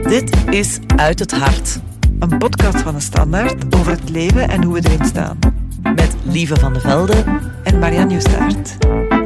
Dit is Uit het Hart. Een podcast van de Standaard over het leven en hoe we erin staan. Met Lieve van de Velde en Marianne Nieuwstaert.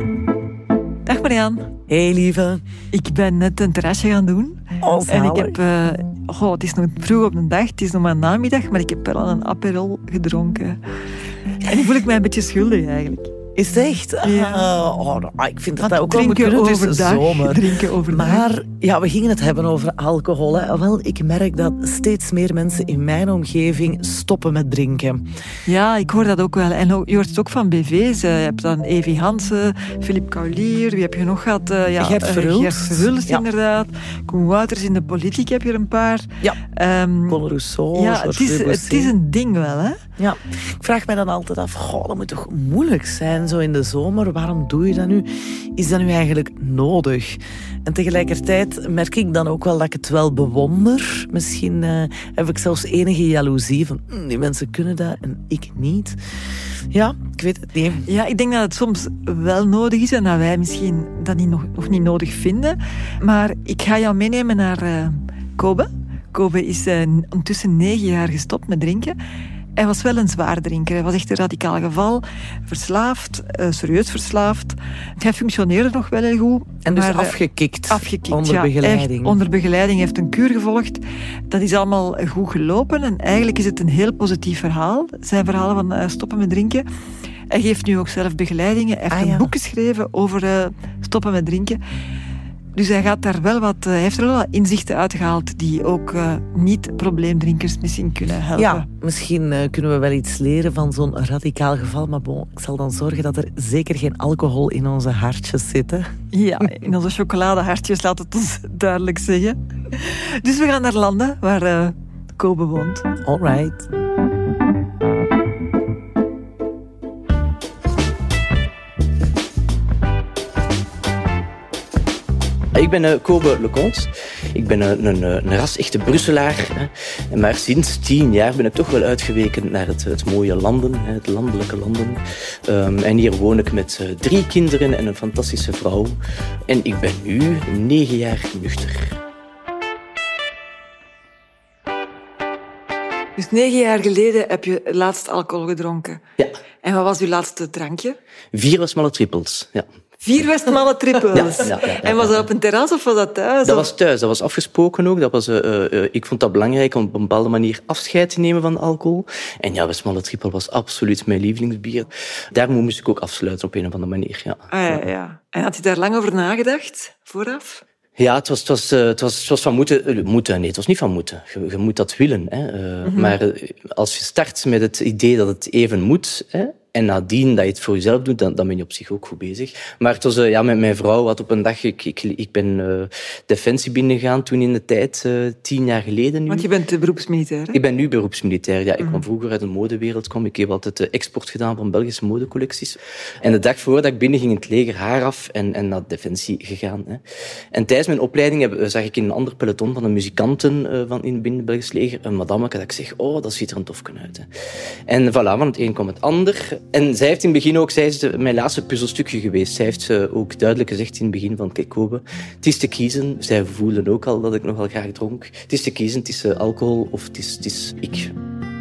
Dag Marianne. Hey Lieve. Ik ben net een terrasje gaan doen. En ik heb... het is nog vroeg op de dag, het is nog maar namiddag, maar ik heb wel een Aperol gedronken. En nu voel ik mij een beetje schuldig eigenlijk. Is het echt? Ja. Ik vind dat ook wel moet kunnen. Het is zomer. Drinken overdag. Maar ja, we gingen het hebben over alcohol. Hè. Wel, ik merk dat steeds meer mensen in mijn omgeving stoppen met drinken. Ja, ik hoor dat ook wel. En je hoort het ook van BV's. Je hebt dan Evi Hansen, Philippe Kaulier, wie heb je nog gehad? Gert Verhulst, ja. Inderdaad. Koen Wouters in de politiek heb je er een paar. Ja, Conor Rousseau. Ja, het is een ding wel, hè? Ja, ik vraag mij dan altijd af, dat moet toch moeilijk zijn zo in de zomer? Waarom doe je dat nu? Is dat nu eigenlijk nodig? En tegelijkertijd merk ik dan ook wel dat ik het wel bewonder. Misschien heb ik zelfs enige jaloezie van die mensen kunnen dat en ik niet. Ja, ik weet het niet. Ja, ik denk dat het soms wel nodig is en dat wij misschien dat nog niet nodig vinden. Maar ik ga jou meenemen naar Kobe. Kobe is ondertussen 9 jaar gestopt met drinken. Hij was wel een zwaar drinker. Hij was echt een radicaal geval. Verslaafd, serieus verslaafd. Hij functioneerde nog wel heel goed. En dus afgekikt onder begeleiding. Echt onder begeleiding. Hij heeft een kuur gevolgd. Dat is allemaal goed gelopen. En eigenlijk is het een heel positief verhaal. Zijn verhalen van stoppen met drinken. Hij geeft nu ook zelf begeleidingen. Hij heeft een boek geschreven over stoppen met drinken. Dus hij heeft er wel wat inzichten uitgehaald die ook niet-probleemdrinkers misschien kunnen helpen. Ja, misschien kunnen we wel iets leren van zo'n radicaal geval. Maar ik zal dan zorgen dat er zeker geen alcohol in onze hartjes zit. Hè? Ja, in onze chocoladehartjes, laat het ons duidelijk zeggen. Dus we gaan naar landen waar Kobe woont. All right. Ik ben Kobe Leconte. Ik ben een ras-echte Brusselaar. Hè. Maar sinds 10 jaar ben ik toch wel uitgeweken naar het mooie landen, het landelijke landen. En hier woon ik met 3 kinderen en een fantastische vrouw. En ik ben nu 9 jaar nuchter. Dus 9 jaar geleden heb je laatst alcohol gedronken. Ja. En wat was uw laatste drankje? 4 Westmalle trippels, ja. 4 Westmalle trippels. Ja. En was dat op een terras of was dat thuis? Dat was thuis, dat was afgesproken ook. Ik vond dat belangrijk om op een bepaalde manier afscheid te nemen van alcohol. En ja, Westmalle trippel was absoluut mijn lievelingsbier. Daar moest ik ook afsluiten op een of andere manier. Ja. Ja. En had je daar lang over nagedacht, vooraf? Ja, het was van moeten. Nee, het was niet van moeten. Je moet dat willen. Hè. Maar als je start met het idee dat het even moet, hè, en nadien dat je het voor jezelf doet, dan ben je op zich ook goed bezig. Maar het was, met mijn vrouw had op een dag... Ik ben Defensie binnengegaan toen in de tijd, 10 jaar geleden nu. Want je bent beroepsmilitair, hè? Ik ben nu beroepsmilitair, ja. Ik kwam vroeger uit de modewereld. Ik heb altijd export gedaan van Belgische modecollecties. En de dag voordat ik binnen ging, het leger haar af en naar Defensie gegaan. Hè. En tijdens mijn opleiding zag ik in een ander peloton van de muzikanten binnen het Belgisch leger een madameke dat ik zeg, dat ziet er een tofken uit. Hè. En voilà, van het een kwam het ander. En zij heeft in het begin ook, zij is mijn laatste puzzelstukje geweest. Zij heeft ook duidelijk gezegd in het begin van, kijk Kobe, het is te kiezen. Zij voelden ook al dat ik nogal graag dronk. Het is te kiezen, het is alcohol of het is ik.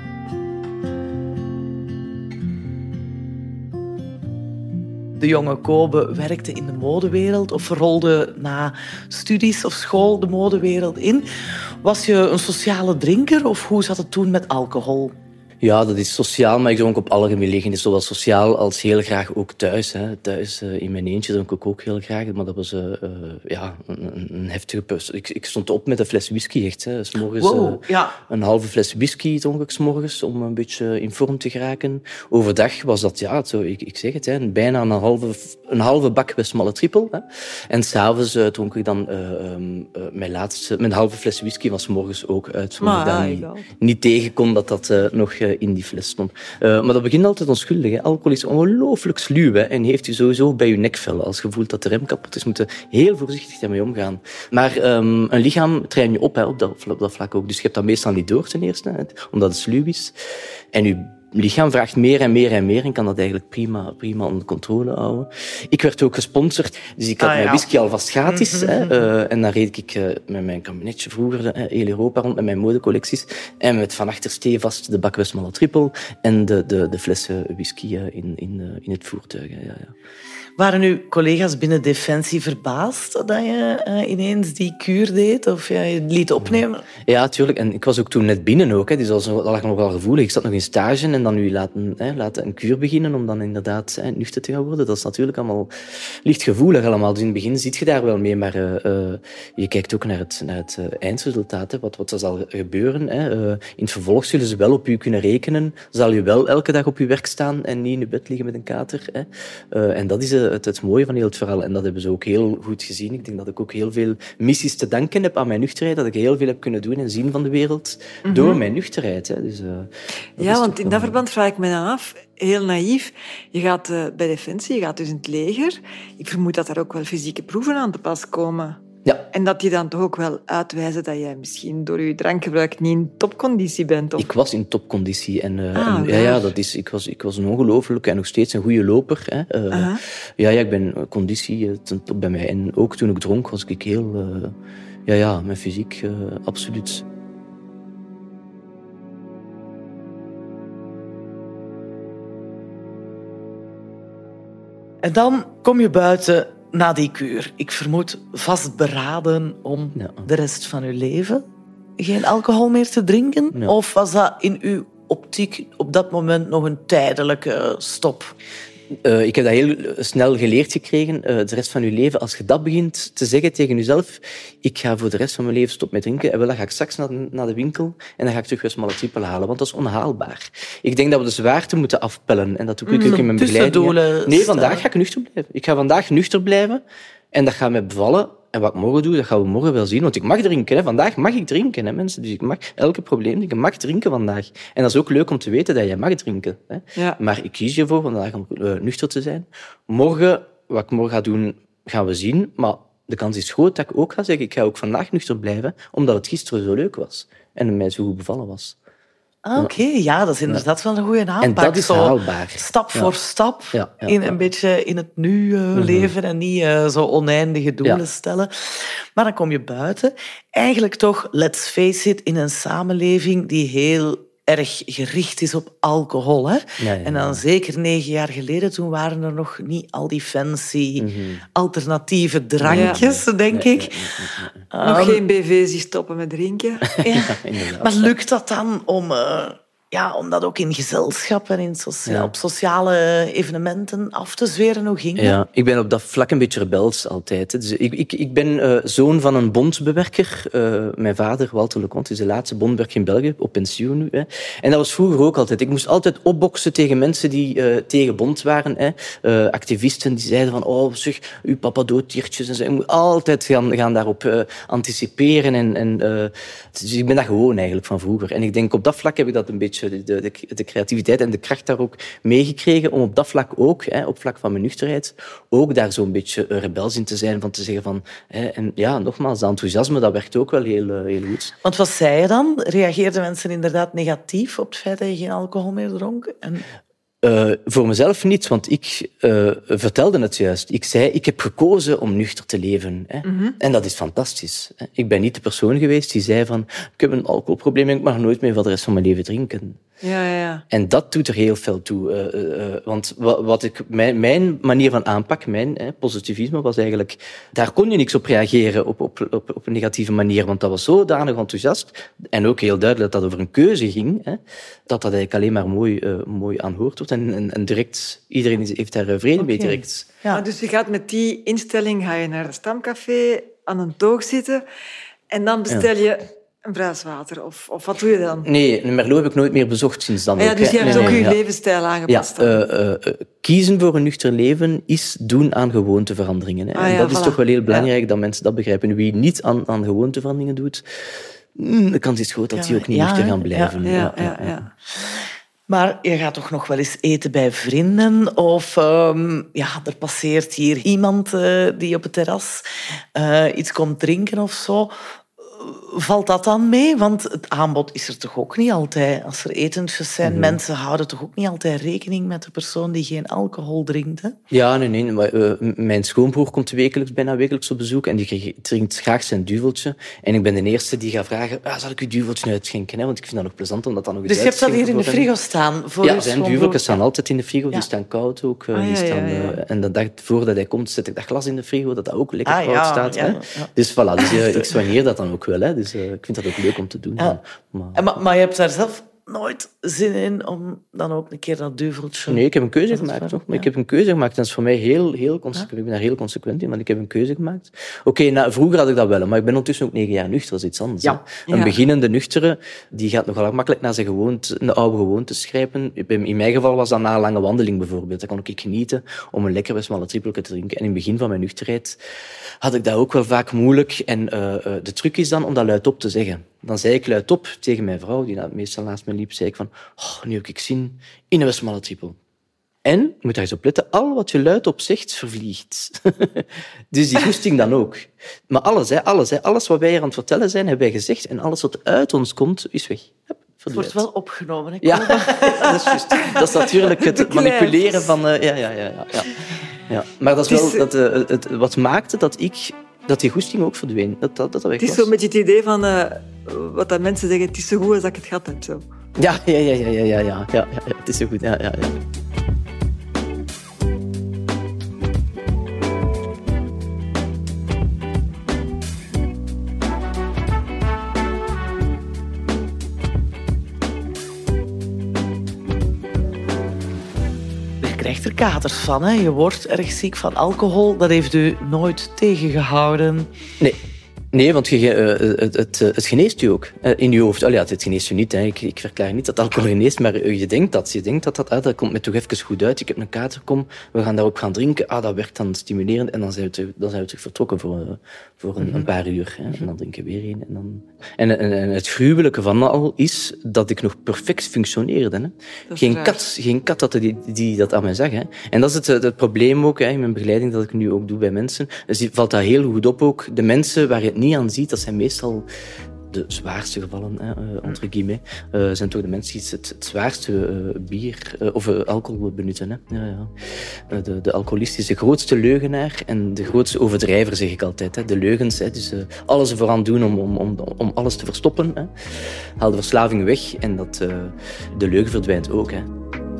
De jonge Kobe werkte in de modewereld of rolde na studies of school de modewereld in. Was je een sociale drinker of hoe zat het toen met alcohol? Ja, dat is sociaal, maar ik dronk op alle gelegenheden. Zowel sociaal als heel graag ook thuis. Hè. Thuis in mijn eentje dronk ik ook heel graag. Maar dat was een heftige pus. Ik stond op met een fles whisky, echt. Hè. 's morgens, een halve fles whisky dronk ik 's morgens om een beetje in vorm te geraken. Overdag was dat, ik zeg het, hè, bijna een halve bak Westmalle trippel. Hè. En s'avonds dronk ik dan mijn halve fles whisky van 's morgens ook uit. Zodat ik niet tegen kon dat nog in die fles stond. Maar dat begint altijd onschuldig. Hè. Alcohol is ongelooflijk sluw, hè, en heeft u sowieso bij uw nekvel. Als je voelt dat de rem kapot is, moet je heel voorzichtig daarmee omgaan. Maar een lichaam train je op, hè, op dat vlak ook. Dus je hebt dat meestal niet door ten eerste, hè, omdat het sluw is. En je lichaam vraagt meer en meer en meer en kan dat eigenlijk prima onder controle houden. Ik werd ook gesponsord, dus ik had mijn whisky alvast gratis. En dan reed ik met mijn kabinetje vroeger heel Europa rond met mijn modecollecties en met van achter stevast de bak Westmalle Triple en de flessen whisky in het voertuig. Ja. Waren uw collega's binnen Defensie verbaasd dat je ineens die kuur deed of je liet opnemen? Ja, tuurlijk. En ik was ook toen net binnen ook. Dus dat lag nog wel gevoelig. Ik zat nog in stage en dan u laten een kuur beginnen om dan inderdaad nuchter te gaan worden. Dat is natuurlijk allemaal licht gevoelig allemaal. Dus in het begin zit je daar wel mee, maar je kijkt ook naar het eindresultaat. Wat er zal gebeuren. In het vervolg zullen ze wel op u kunnen rekenen. Zal je wel elke dag op je werk staan en niet in je bed liggen met een kater. En dat is het mooie van heel het verhaal. En dat hebben ze ook heel goed gezien. Ik denk dat ik ook heel veel missies te danken heb aan mijn nuchterheid. Dat ik heel veel heb kunnen doen en zien van de wereld door mijn nuchterheid. Dus, want in dat verband vraag ik me dan af, heel naïef, je gaat bij Defensie, je gaat dus in het leger. Ik vermoed dat daar ook wel fysieke proeven aan te pas komen. Ja. En dat die dan toch ook wel uitwijzen dat jij misschien door je drankgebruik niet in topconditie bent? Of... Ik was in topconditie. Ik was een ongelooflijke en nog steeds een goede loper. Ik ben conditie ten top bij mij. En ook toen ik dronk was ik heel... mijn fysiek absoluut. En dan kom je buiten na die kuur. Ik vermoed vastberaden om de rest van uw leven geen alcohol meer te drinken? Ja. Of was dat in uw optiek op dat moment nog een tijdelijke stop? Ik heb dat heel snel geleerd gekregen. De rest van je leven, als je dat begint te zeggen tegen jezelf, ik ga voor de rest van mijn leven stoppen met drinken, en dan ga ik straks naar de winkel en dan ga ik terug Westmalle Triple halen, want dat is onhaalbaar. Ik denk dat we de zwaarte moeten afpellen. En dat doe ik ook in mijn begeleiding. Nee, vandaag ga ik nuchter blijven. Ik ga vandaag nuchter blijven en dat gaat mij bevallen. En wat ik morgen doe, dat gaan we morgen wel zien. Want ik mag drinken. Hè. Vandaag mag ik drinken, hè, mensen. Dus ik mag elke probleem. Ik mag drinken vandaag. En dat is ook leuk om te weten dat je mag drinken. Hè. Ja. Maar ik kies ervoor vandaag om nuchter te zijn. Morgen, wat ik morgen ga doen, gaan we zien. Maar de kans is groot dat ik ook ga zeggen, ik ga ook vandaag nuchter blijven, omdat het gisteren zo leuk was. En het mij zo goed bevallen was. Oké, dat is inderdaad wel een goede aanpak. En dat is haalbaar. Stap voor stap, een beetje in het nu leven en niet zo oneindige doelen stellen. Maar dan kom je buiten. Eigenlijk toch, let's face it, in een samenleving die heel erg gericht is op alcohol. Hè? En dan zeker 9 jaar geleden, toen waren er nog niet al die fancy alternatieve drankjes, denk ik. Nog geen BV's die stoppen met drinken. Maar lukt dat dan om dat ook in gezelschap en op sociale evenementen af te zweren? Hoe ging dat? Ja, ik ben op dat vlak een beetje rebels altijd. Dus ik ben zoon van een bondbewerker. Mijn vader, Walter Leconte, is de laatste bondbewerker in België, op pensioen nu. Hè. En dat was vroeger ook altijd. Ik moest altijd opboksen tegen mensen die tegen bond waren. Hè. Activisten die zeiden van, zeg, uw papa dooddiertjes. En zo. Ik moet altijd gaan daarop anticiperen. Dus ik ben dat gewoon eigenlijk van vroeger. En ik denk, op dat vlak heb ik dat een beetje de creativiteit en de kracht daar ook meegekregen om op dat vlak ook, op vlak van mijn nuchterheid, ook daar zo'n beetje rebels in te zijn, van te zeggen van... En ja, nogmaals, dat enthousiasme, dat werkt ook wel heel goed. Want wat zei je dan? Reageerden mensen inderdaad negatief op het feit dat je geen alcohol meer dronk? Voor mezelf niet, want ik vertelde het juist. Ik zei, ik heb gekozen om nuchter te leven. Hè. En dat is fantastisch. Hè. Ik ben niet de persoon geweest die zei van, ik heb een alcoholprobleem en ik mag nooit meer voor de rest van mijn leven drinken. Ja. En dat doet er heel veel toe. Want mijn manier van aanpak, mijn positivisme, was eigenlijk... Daar kon je niks op reageren, op een negatieve manier, want dat was zodanig enthousiast. En ook heel duidelijk dat het over een keuze ging, dat eigenlijk alleen maar mooi aanhoord wordt. En direct, iedereen heeft daar vrede mee direct. Ja. Dus je gaat met die instelling ga je naar het stamcafé, aan een toog zitten en dan bestel je... een bruiswater, of wat doe je dan? Nee, Merlot heb ik nooit meer bezocht sinds dan. Dus je hebt ook je levensstijl aangepast. Kiezen voor een nuchter leven is doen aan gewoonteveranderingen. Hè. En dat is toch wel heel belangrijk dat mensen dat begrijpen. Wie niet aan gewoonteveranderingen doet, de kans is groot dat die ook niet nuchter gaan blijven. Ja. Maar je gaat toch nog wel eens eten bij vrienden? Of er passeert hier iemand die op het terras iets komt drinken of zo. valt dat dan mee? Want het aanbod is er toch ook niet altijd. Als er etentjes zijn, mensen houden toch ook niet altijd rekening met de persoon die geen alcohol drinkt, hè? Ja, nee. Maar, mijn schoonbroer komt bijna wekelijks op bezoek en die drinkt graag zijn duveltje. En ik ben de eerste die gaat vragen, zal ik uw duveltje uitschenken? Hè? Want ik vind dat nog plezant om dat dan nog eens Dus je hebt dat hier in de frigo staan? Ja, zijn duveltjes staan altijd in de frigo. Die staan koud ook. En de dag voordat hij komt, zet ik dat glas in de frigo, dat ook lekker koud staat. Ja, hè? ja. Dus voilà, ik soigneer dat dan ook wel. Hè? Dus ik vind dat ook leuk om te doen. Ja. Maar je hebt daar zelf nooit zin in om dan ook een keer dat duveltje... Nee, ik heb een keuze gemaakt. Toch? Maar ik heb een keuze gemaakt. Dat is voor mij heel consequent. Ik ben daar heel consequent in, want ik heb een keuze gemaakt. Oké, vroeger had ik dat wel, maar ik ben ondertussen ook 9 jaar nuchter. Dat is iets anders. Ja. Een beginnende nuchtere, die gaat nogal gemakkelijk naar zijn oude gewoontes grijpen. In mijn geval was dat na een lange wandeling bijvoorbeeld. Dan kon ik genieten om een lekker smalle trippeltje te drinken. En in het begin van mijn nuchterheid had ik dat ook wel vaak moeilijk. En de truc is dan om dat luidop te zeggen. Dan zei ik luidop tegen mijn vrouw, die meestal naast me liep, zei ik van, nu heb ik zin in een smalle trippel. En, je moet daar eens op letten, al wat je luidop zegt, vervliegt. Dus die goesting dan ook. Maar alles wat wij hier aan het vertellen zijn, hebben wij gezegd. En alles wat uit ons komt, is weg. Het wordt wel opgenomen. Ja, dat is juist. Dat is natuurlijk het manipuleren van... Ja. Maar dat is wel wat maakte dat die goesting ook verdween. Dat het is zo'n beetje het idee van wat dat mensen zeggen, het is zo goed als ik het gehad heb. Zo. Ja, het is zo goed. Ja. Je krijgt er katers van, hè? Je wordt erg ziek van alcohol. Dat heeft u nooit tegengehouden. Nee, want het geneest u ook in je hoofd. Het geneest u niet. Hè. Ik verklaar niet dat alcohol geneest, maar je denkt dat komt me toch even goed uit. Ik heb een kater, kom, we gaan daarop gaan drinken. Dat werkt dan stimulerend en dan zijn we terug vertrokken voor een paar uur. Hè. En dan drinken we weer een. En het gruwelijke van al is dat ik nog perfect functioneerde. Hè. Geen kat had die dat aan mij zag. Hè. En dat is het probleem ook in mijn begeleiding dat ik nu ook doe bij mensen. Dus valt dat heel goed op ook. De mensen waar je het niet aan ziet, dat zijn meestal de zwaarste gevallen, entre guillemets, zijn toch de mensen die het zwaarste bier of alcohol benutten. Hè. Ja. De alcoholist is de grootste leugenaar en de grootste overdrijver, zeg ik altijd. Hè. De leugens, dus alles ervoor doen om alles te verstoppen. Hè. Haal de verslaving weg en de leugen verdwijnt ook. Hè.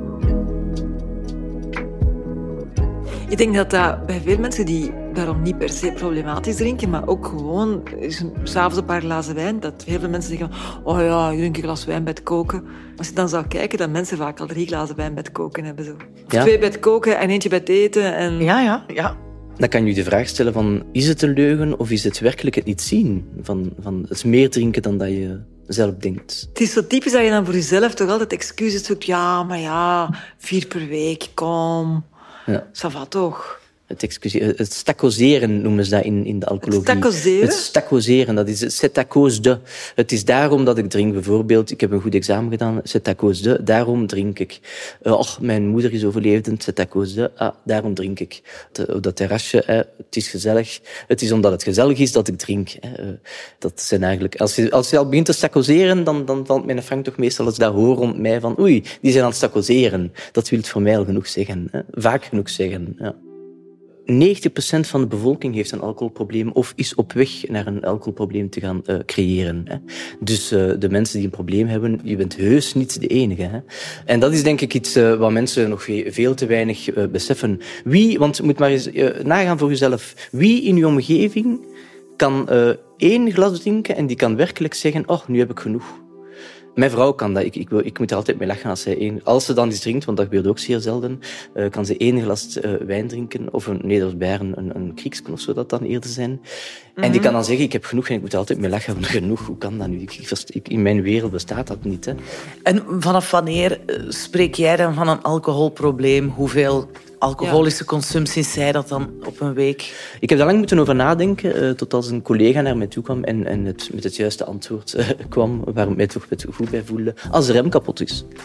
Ik denk dat bij veel mensen die daarom niet per se problematisch drinken, maar ook gewoon 's'avonds een paar glazen wijn, dat heel veel mensen zeggen, ik drink een glas wijn bij het koken. Als je dan zou kijken, dat mensen vaak al 3 glazen wijn bij het koken hebben. Zo. Of 2 bij het koken en eentje bij het eten. En... Ja. Dan kan je de vraag stellen van, is het een leugen of is het werkelijk het niet zien? Van het meer drinken dan dat je zelf denkt. Het is zo typisch dat je dan voor jezelf toch altijd excuses zoekt. 4 per week, kom... Ja. Ça va toch? Het staccoseren noemen ze dat in de alcohologie. Het staccoseren, dat is c'est à cause de. Het is daarom dat ik drink. Bijvoorbeeld, ik heb een goed examen gedaan, c'est à cause de, daarom drink ik. Mijn moeder is overleden, c'est à cause de, daarom drink ik. Op dat terrasje, het is gezellig. Het is omdat het gezellig is dat ik drink. Dat zijn eigenlijk... Als je al begint te staccoseren, dan valt mijn Frank toch meestal als dat hoor rond mij van oei, die zijn aan het staccoseren. Dat wil het voor mij al genoeg zeggen. Vaak genoeg zeggen, ja. 90% van de bevolking heeft een alcoholprobleem of is op weg naar een alcoholprobleem te gaan creëren. Hè. Dus de mensen die een probleem hebben, je bent heus niet de enige. Hè. En dat is denk ik iets wat mensen nog veel te weinig beseffen. Want je moet maar eens nagaan voor jezelf. Wie in je omgeving kan 1 glas drinken en die kan werkelijk zeggen, nu heb ik genoeg. Mijn vrouw kan dat. Ik moet er altijd mee lachen als ze dan iets drinkt, want dat gebeurt ook zeer zelden, kan ze 1 glas wijn drinken, of een Nederlands een kriekske of zo dat dan eerder zijn. Mm-hmm. En die kan dan zeggen, ik heb genoeg, en ik moet er altijd mee lachen, genoeg, hoe kan dat nu? In mijn wereld bestaat dat niet. Hè. En vanaf wanneer spreek jij dan van een alcoholprobleem? Hoeveel alcoholische consumptie zei dat dan op een week? Ik heb daar lang moeten over nadenken, tot als een collega naar mij toe kwam en met het juiste antwoord kwam, waar ik mij toch goed bij voelde. Als de rem kapot is.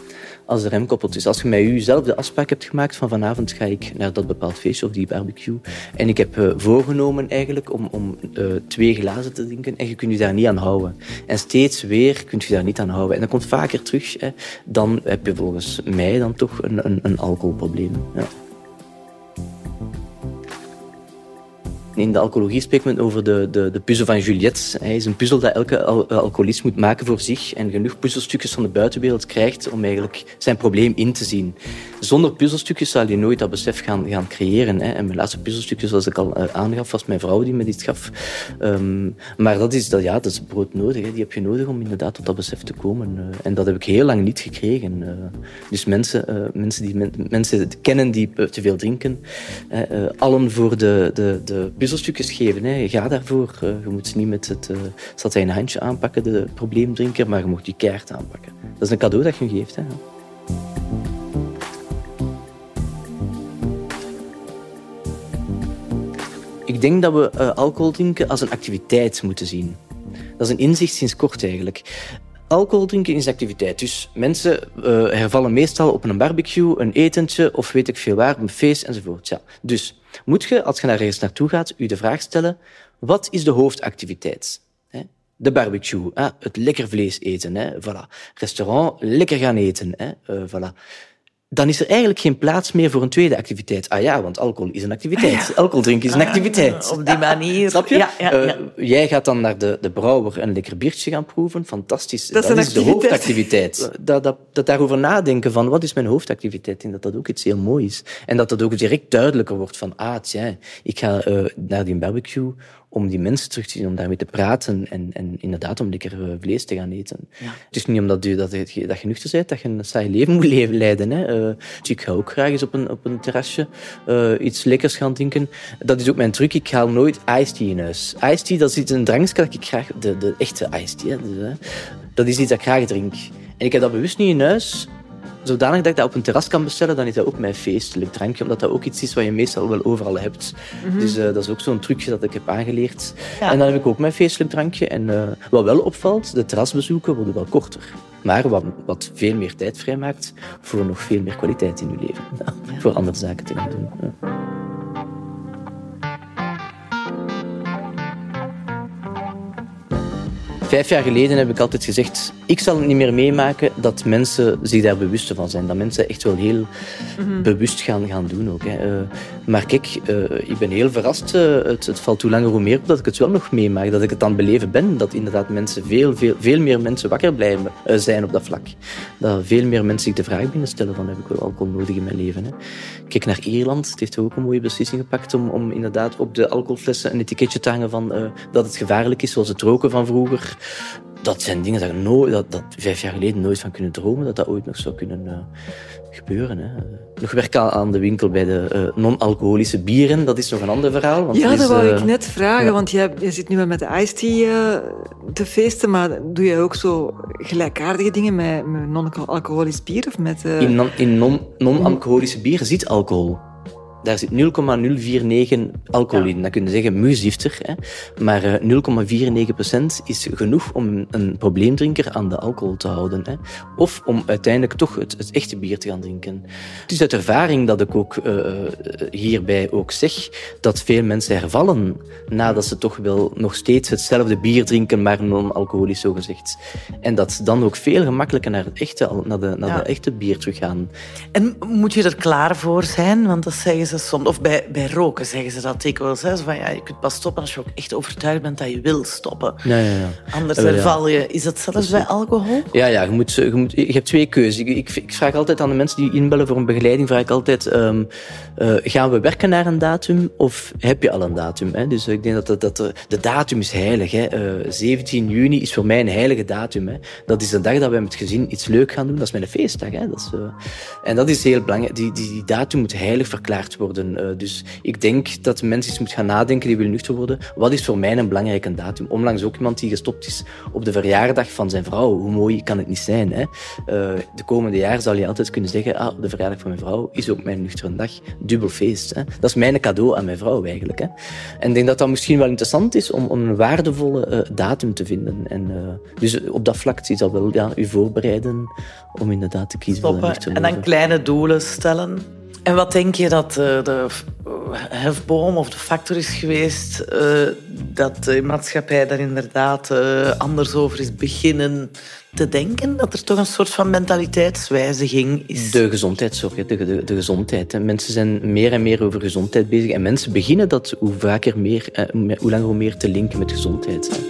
als de rem kapot is. Als je met jezelf de afspraak hebt gemaakt van vanavond ga ik naar dat bepaald feestje of die barbecue en ik heb voorgenomen eigenlijk om 2 glazen te drinken en je kunt je daar niet aan houden. En steeds weer kun je daar niet aan houden. En dat komt vaker terug. Dan heb je volgens mij dan toch een alcoholprobleem. Ja. In de alcohologie spreekt men over de puzzel van Juliette. Hij is een puzzel dat elke alcoholist moet maken voor zich en genoeg puzzelstukjes van de buitenwereld krijgt om eigenlijk zijn probleem in te zien. Zonder puzzelstukjes zal je nooit dat besef gaan creëren. En mijn laatste puzzelstukje, zoals ik al aangaf, was mijn vrouw die me dit gaf. Maar dat is broodnodig. Die heb je nodig om inderdaad tot dat besef te komen. En dat heb ik heel lang niet gekregen. Dus mensen kennen die te veel drinken, allen voor de puzzelstukjes geven. Ga daarvoor. Je moet niet met het satijnen handje aanpakken, de probleemdrinker, maar je moet die kaart aanpakken. Dat is een cadeau dat je hem geeft. Ik denk dat we alcohol drinken als een activiteit moeten zien. Dat is een inzicht sinds kort eigenlijk. Alcohol drinken is activiteit. Dus mensen hervallen meestal op een barbecue, een etentje of weet ik veel waar, een feest enzovoort. Ja. Dus moet je, als je ergens naartoe gaat, je de vraag stellen, wat is de hoofdactiviteit? De barbecue, het lekker vlees eten, voilà. Restaurant, lekker gaan eten, voilà. Dan is er eigenlijk geen plaats meer voor een tweede activiteit. Ah ja, want alcohol is een activiteit. Ja. Alcohol drinken is een activiteit. Op die manier. Snap je? Ja. Jij gaat dan naar de brouwer een lekker biertje gaan proeven. Fantastisch. Dat is de hoofdactiviteit. Dat daarover nadenken van, wat is mijn hoofdactiviteit? Ik denk dat ook iets heel moois is. En dat het ook direct duidelijker wordt van, ik ga naar die barbecue om die mensen terug te zien, om daarmee te praten en inderdaad om lekker vlees te gaan eten. Ja. Het is niet omdat je nuchter bent, dat je een saai leven moet leiden. Ik ga ook graag eens op een terrasje iets lekkers gaan drinken. Dat is ook mijn truc. Ik haal nooit iced tea in huis. Iced tea, dat is een drankje dat ik graag... De echte iced tea. Dat is iets dat ik graag drink. En ik heb dat bewust niet in huis. Zodanig dat ik dat op een terras kan bestellen, dan is dat ook mijn feestelijk drankje, omdat dat ook iets is wat je meestal wel overal hebt. Mm-hmm. Dus dat is ook zo'n trucje dat ik heb aangeleerd. Ja. En dan heb ik ook mijn feestelijk drankje. En wat wel opvalt, de terrasbezoeken worden wel korter. Maar wat veel meer tijd vrijmaakt voor nog veel meer kwaliteit in je leven. Ja, voor andere zaken te gaan doen. Ja. Vijf jaar geleden heb ik altijd gezegd, ik zal het niet meer meemaken dat mensen zich daar bewust van zijn. Dat mensen echt wel heel bewust gaan doen ook. Maar kijk, ik ben heel verrast. Het valt hoe langer hoe meer op dat ik het wel nog meemaak. Dat ik het aan het beleven ben. Dat inderdaad mensen veel meer mensen wakker blijven zijn op dat vlak. Dat veel meer mensen zich de vraag beginnen stellen van, heb ik wel alcohol nodig in mijn leven? Kijk naar Ierland. Het heeft ook een mooie beslissing gepakt om inderdaad op de alcoholflessen een etiketje te hangen van dat het gevaarlijk is, zoals het roken van vroeger. Dat zijn dingen dat 5 jaar geleden nooit van kunnen dromen, dat ooit nog zou kunnen gebeuren. Nog werken aan de winkel bij de non-alcoholische bieren, dat is nog een ander verhaal. Want dat wou ik net vragen, want je zit nu met de iced tea te feesten, maar doe je ook zo gelijkaardige dingen met non-alcoholisch bier? Of met, In non-alcoholische bier zit alcohol. Daar zit 0,049 alcohol in. Dan kun je zeggen, muisgiftig. Maar 0,49% is genoeg om een probleemdrinker aan de alcohol te houden. Of om uiteindelijk toch het echte bier te gaan drinken. Het is uit ervaring dat ik ook hierbij ook zeg dat veel mensen hervallen nadat ze toch wel nog steeds hetzelfde bier drinken, maar non-alcoholisch zogezegd. En dat ze dan ook veel gemakkelijker naar de echte bier teruggaan. En moet je er klaar voor zijn? Want dat zeggen ze soms. Of bij roken zeggen ze dat dikwijls. Zo van, je kunt pas stoppen als je ook echt overtuigd bent dat je wil stoppen. Ja. Anders herval je. Is dat zelfs bij alcohol? Ja, je hebt 2 keuzes. Ik vraag altijd aan de mensen die inbellen voor een begeleiding, vraag ik altijd, gaan we werken naar een datum of heb je al een datum? Dus ik denk dat de datum is heilig. 17 juni is voor mij een heilige datum. Dat is de dag dat wij met het gezin iets leuk gaan doen. Dat is mijn feestdag. En dat is heel belangrijk. Die datum moet heilig verklaard worden. worden. Dus ik denk dat mensen eens moeten gaan nadenken die willen nuchter worden. Wat is voor mij een belangrijke datum? Onlangs ook iemand die gestopt is op de verjaardag van zijn vrouw. Hoe mooi kan het niet zijn? Hè? De komende jaar zal je altijd kunnen zeggen, op de verjaardag van mijn vrouw is ook mijn nuchtere dag. Dubbel feest. Hè? Dat is mijn cadeau aan mijn vrouw eigenlijk. Hè? En ik denk dat dat misschien wel interessant is om een waardevolle datum te vinden. En, dus op dat vlak is dat wel u voorbereiden om inderdaad te kiezen voor een nuchter leven. En dan kleine doelen stellen. En wat denk je dat de hefboom of de factor is geweest dat de maatschappij daar inderdaad anders over is beginnen te denken? Dat er toch een soort van mentaliteitswijziging is? De gezondheidszorg, de gezondheid. Hè. Mensen zijn meer en meer over gezondheid bezig. En mensen beginnen dat hoe langer hoe meer te linken met gezondheid. Hè.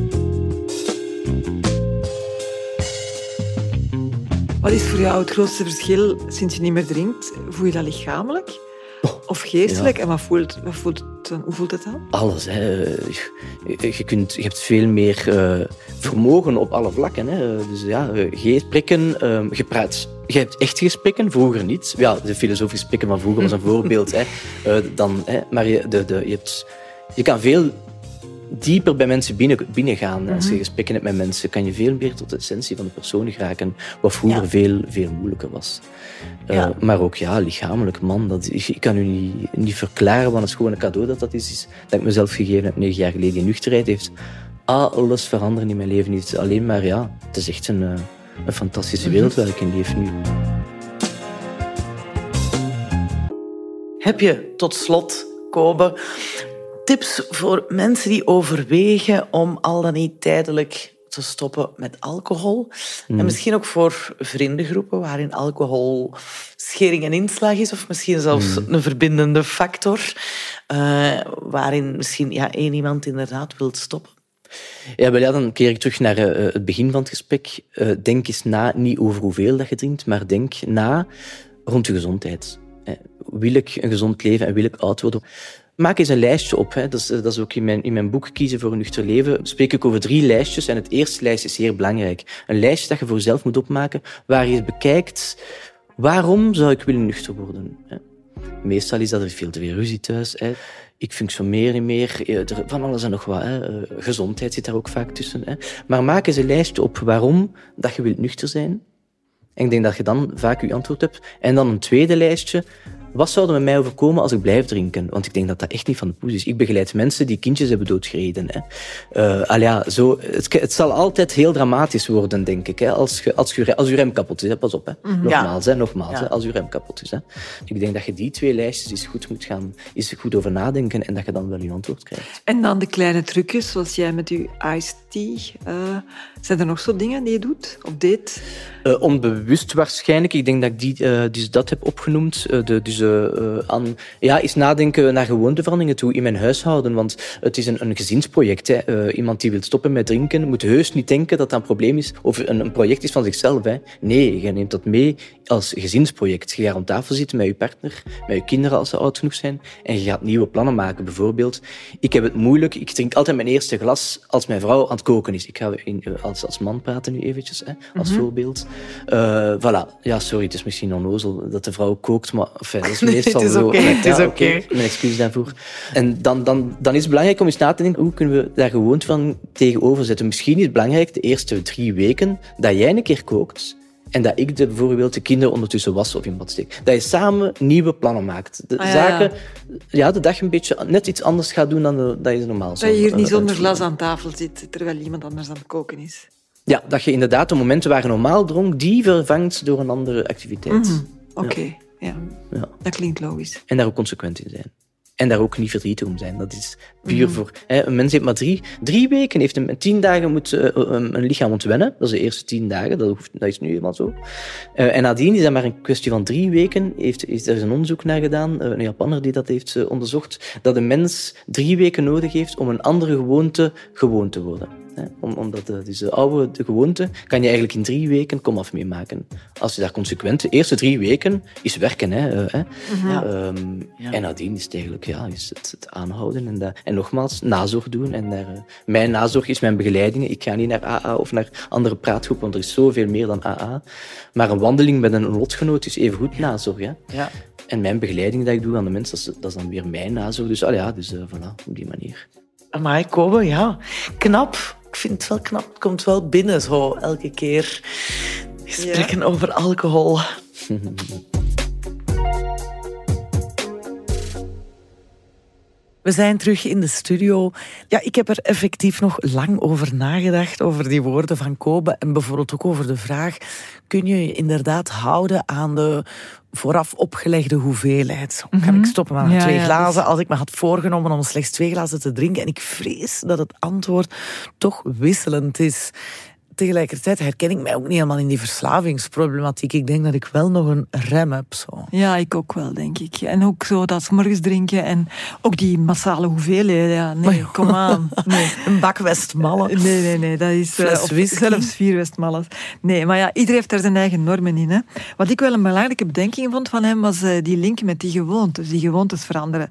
Wat is voor jou het grootste verschil sinds je niet meer drinkt? Voel je dat lichamelijk of geestelijk? Ja. En hoe voelt het dan? Alles. Hè. Je hebt veel meer vermogen op alle vlakken. Hè. Dus ja, gesprekken, je praat. Je hebt echte gesprekken, vroeger niet. Ja, de filosofische gesprekken van vroeger was een voorbeeld. Hè. Maar je kan veel dieper bij mensen binnengaan. Als je gesprekken hebt met mensen, kan je veel meer tot de essentie van de persoon geraken, wat vroeger veel moeilijker was. Maar ook lichamelijk, man, ik kan u niet verklaren wat een schone cadeau dat is. Dat ik mezelf gegeven heb 9 jaar geleden. Die nuchterheid heeft alles veranderd in mijn leven. Het is alleen maar, het is echt een fantastische wereld waar ik in leef nu. Heb je tot slot, Kobe, tips voor mensen die overwegen om al dan niet tijdelijk te stoppen met alcohol? En misschien ook voor vriendengroepen waarin alcohol schering en inslag is, of misschien zelfs een verbindende factor, waarin misschien één iemand inderdaad wil stoppen. Ja, dan keer ik terug naar het begin van het gesprek. Denk eens na, niet over hoeveel dat je drinkt, maar denk na rond je gezondheid. Wil ik een gezond leven en wil ik oud worden? Maak eens een lijstje op. Hè. Dat is ook in mijn boek Kiezen voor een nuchter leven. Spreek ik over 3 lijstjes. En het eerste lijstje is zeer belangrijk. Een lijstje dat je voor jezelf moet opmaken, waar je bekijkt, waarom zou ik willen nuchter worden? Hè. Meestal is dat er veel te veel ruzie thuis. Hè. Ik functioneer niet meer. Van alles en nog wat. Hè. Gezondheid zit daar ook vaak tussen. Hè. Maar maak eens een lijstje op waarom dat je wilt nuchter zijn. En ik denk dat je dan vaak je antwoord hebt. En dan een tweede lijstje. Wat zou er met mij overkomen als ik blijf drinken? Want ik denk dat dat echt niet van de poes is. Ik begeleid mensen die kindjes hebben doodgereden. Hè. Het zal altijd heel dramatisch worden, denk ik. Hè. Als uw rem kapot is, hè. Pas op. Hè. Nogmaals, hè, als uw rem kapot is. Hè. Ik denk dat je die 2 lijstjes eens goed over nadenken en dat je dan wel je antwoord krijgt. En dan de kleine trucjes, zoals jij met je iced tea. Zijn er nog zo dingen die je doet of deed? Onbewust waarschijnlijk. Ik denk dat ik dat heb opgenoemd. Eens nadenken naar gewoonteveranderingen toe in mijn huishouden. Want het is een gezinsproject. Hè. Iemand die wil stoppen met drinken moet heus niet denken dat dat een probleem is of een project is van zichzelf. Hè. Nee, je neemt dat mee als gezinsproject. Je gaat rond tafel zitten met je partner, met je kinderen als ze oud genoeg zijn en je gaat nieuwe plannen maken. Bijvoorbeeld, ik heb het moeilijk. Ik drink altijd mijn eerste glas als mijn vrouw aan het koken is. Ik ga als man praten nu eventjes, hè, als voorbeeld. Voilà. Ja, sorry, het is misschien onnozel dat de vrouw kookt, maar dat is meestal zo. Het is oké. Mijn excuus daarvoor. En dan is het belangrijk om eens na te denken, hoe kunnen we daar gewoonte van tegenover zetten? Misschien is het belangrijk de eerste 3 weken dat jij een keer kookt en dat ik bijvoorbeeld de kinderen ondertussen was of in bad steek. Dat je samen nieuwe plannen maakt. De dag een beetje net iets anders gaat doen dan dat je normaal zou. Dat je hier niet zonder glas aan tafel zit, terwijl iemand anders aan het koken is. Ja, dat je inderdaad de momenten waar je normaal dronk, die vervangt door een andere activiteit. Oké. Ja. Dat klinkt logisch. En daar ook consequent in zijn. En daar ook niet verdrietig om zijn. Dat is puur voor... Een mens heeft maar 3 weken, heeft 10 dagen moet een lichaam ontwennen. Dat is de eerste 10 dagen, dat is nu helemaal zo. En nadien is dat maar een kwestie van 3 weken. Er is een onderzoek naar gedaan, een Japanner die dat heeft onderzocht, dat een mens 3 weken nodig heeft om een andere gewoonte gewoon te worden. Omdat deze oude gewoonte kan je eigenlijk in 3 weken komaf meemaken. Als je daar consequent... De eerste 3 weken is werken. En nadien is het eigenlijk is het aanhouden. En nogmaals, nazorg doen. En mijn nazorg is mijn begeleidingen. Ik ga niet naar AA of naar andere praatgroepen, want er is zoveel meer dan AA. Maar een wandeling met een lotgenoot is evengoed nazorg. Hè? Ja. En mijn begeleiding dat ik doe aan de mensen, dat is dan weer mijn nazorg. Dus, voilà, op die manier. Amai, Kobe, ja. Knap. Ik vind het wel knap. Het komt wel binnen zo elke keer. Gesprekken over alcohol. We zijn terug in de studio. Ja, ik heb er effectief nog lang over nagedacht, over die woorden van Kobe. En bijvoorbeeld ook over de vraag, kun je je inderdaad houden aan de vooraf opgelegde hoeveelheid? Kan ik stoppen met 2 glazen als ik me had voorgenomen om slechts 2 glazen te drinken? En ik vrees dat het antwoord toch wisselend is. Tegelijkertijd herken ik mij ook niet helemaal in die verslavingsproblematiek. Ik denk dat ik wel nog een rem heb. Zo. Ja, ik ook wel, denk ik. En ook zo dat 's morgens drinken en ook die massale hoeveelheden. Ja, nee, kom aan. Nee. Een bak Westmalle. Nee, dat is... zelfs 4 Westmalles. Nee, maar ja, iedereen heeft daar zijn eigen normen in. Hè. Wat ik wel een belangrijke bedenking vond van hem, was die link met die gewoontes. Die gewoontes veranderen.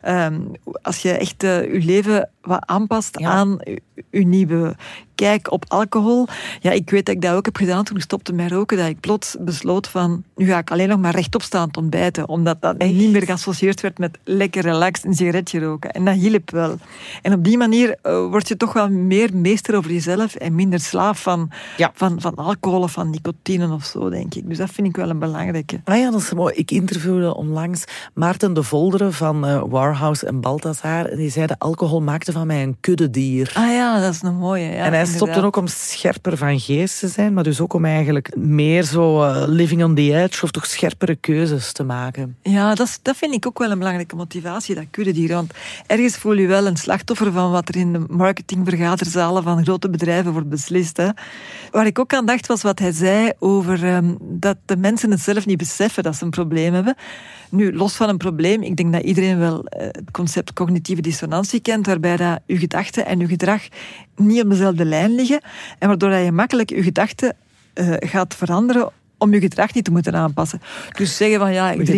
Als je echt je leven wat aanpast aan je nieuwe kijk op alcohol. Ja, ik weet dat ik dat ook heb gedaan toen ik stopte met roken, dat ik plots besloot van, nu ga ik alleen nog maar rechtop staan te ontbijten, omdat dat niet meer geassocieerd werd met lekker relaxed een sigaretje roken. En dat hielp wel. En op die manier word je toch wel meer meester over jezelf en minder slaaf van alcohol of van nicotine of zo, denk ik. Dus dat vind ik wel een belangrijke. Ah ja, dat is mooi. Ik interviewde onlangs Maarten de Volderen van Warhouse en Balthazar. En die zeiden, alcohol maakte van mij een kuddedier. Ah ja, dat is een mooie. Ja, en hij stopte ook om scherper van geest te zijn, maar dus ook om eigenlijk meer zo living on the edge of toch scherpere keuzes te maken. Ja, dat vind ik ook wel een belangrijke motivatie, dat kuddedier. Want ergens voel je wel een slachtoffer van wat er in de marketingvergaderzalen van grote bedrijven wordt beslist. Hè. Waar ik ook aan dacht was wat hij zei over dat de mensen het zelf niet beseffen dat ze een probleem hebben. Nu, los van een probleem, ik denk dat iedereen wel het concept cognitieve dissonantie kent, waarbij dat uw gedachten en uw gedrag niet op dezelfde lijn liggen en waardoor dat je makkelijk je gedachten gaat veranderen om je gedrag niet te moeten aanpassen. Dus zeggen van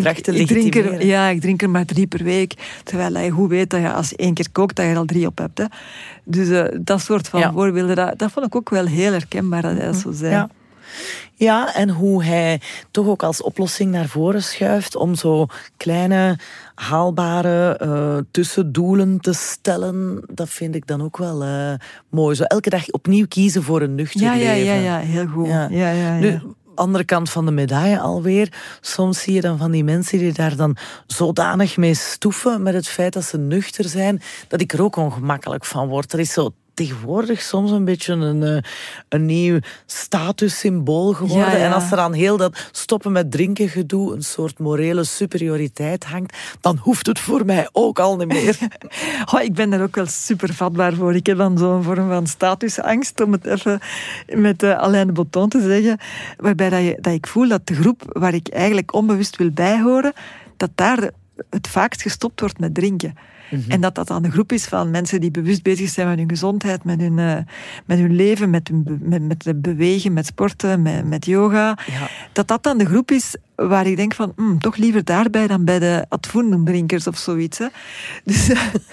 ik drink er maar 3 per week, terwijl je goed weet dat je als je 1 keer kookt, dat je er al 3 op hebt. Hè. Dus dat soort van voorbeelden, dat vond ik ook wel heel herkenbaar dat hij dat zo zei. Ja. Ja, en hoe hij toch ook als oplossing naar voren schuift om zo kleine, haalbare tussendoelen te stellen, dat vind ik dan ook wel mooi. Zo elke dag opnieuw kiezen voor een nuchter leven. Ja, heel goed. Ja. Nu, andere kant van de medaille alweer. Soms zie je dan van die mensen die daar dan zodanig mee stoeven met het feit dat ze nuchter zijn, dat ik er ook ongemakkelijk van word. Er is zo tegenwoordig soms een beetje een nieuw statussymbool geworden. Ja. En als er aan heel dat stoppen met drinken gedoe een soort morele superioriteit hangt, dan hoeft het voor mij ook al niet meer. Ik ben daar ook wel super vatbaar voor. Ik heb dan zo'n vorm van statusangst, om het even met Alain de Botton te zeggen, waarbij dat ik voel dat de groep waar ik eigenlijk onbewust wil bijhoren, dat daar het vaakst gestopt wordt met drinken. Mm-hmm. En dat aan de groep is van mensen die bewust bezig zijn met hun gezondheid, met hun leven, met bewegen, met sporten, met yoga. Ja. Dat dan de groep is waar ik denk van, toch liever daarbij dan bij de advoendendrinkers of zoiets. Hè. Dus,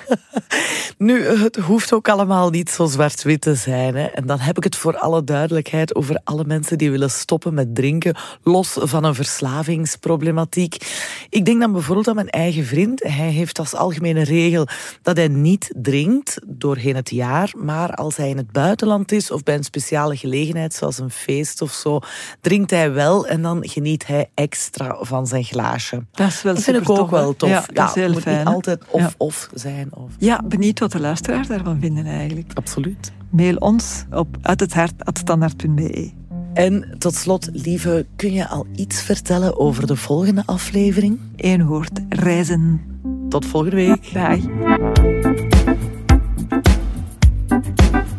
nu, het hoeft ook allemaal niet zo zwart-wit te zijn. Hè. En dan heb ik het voor alle duidelijkheid over alle mensen die willen stoppen met drinken, los van een verslavingsproblematiek. Ik denk dan bijvoorbeeld aan mijn eigen vriend. Hij heeft als algemene regel dat hij niet drinkt doorheen het jaar, maar als hij in het buitenland is of bij een speciale gelegenheid, zoals een feest of zo, drinkt hij wel en dan geniet hij extra van zijn glaasje. Dat is wel dat vind ik ook wel tof. Ja, dat is heel het moet fijn, niet altijd of zijn. Of. Ja, benieuwd wat de luisteraars daarvan vinden eigenlijk. Absoluut. Mail ons op uithethart@standaard.be. En tot slot, lieve, kun je al iets vertellen over de volgende aflevering? 1 woord, reizen. Tot volgende week. Dag.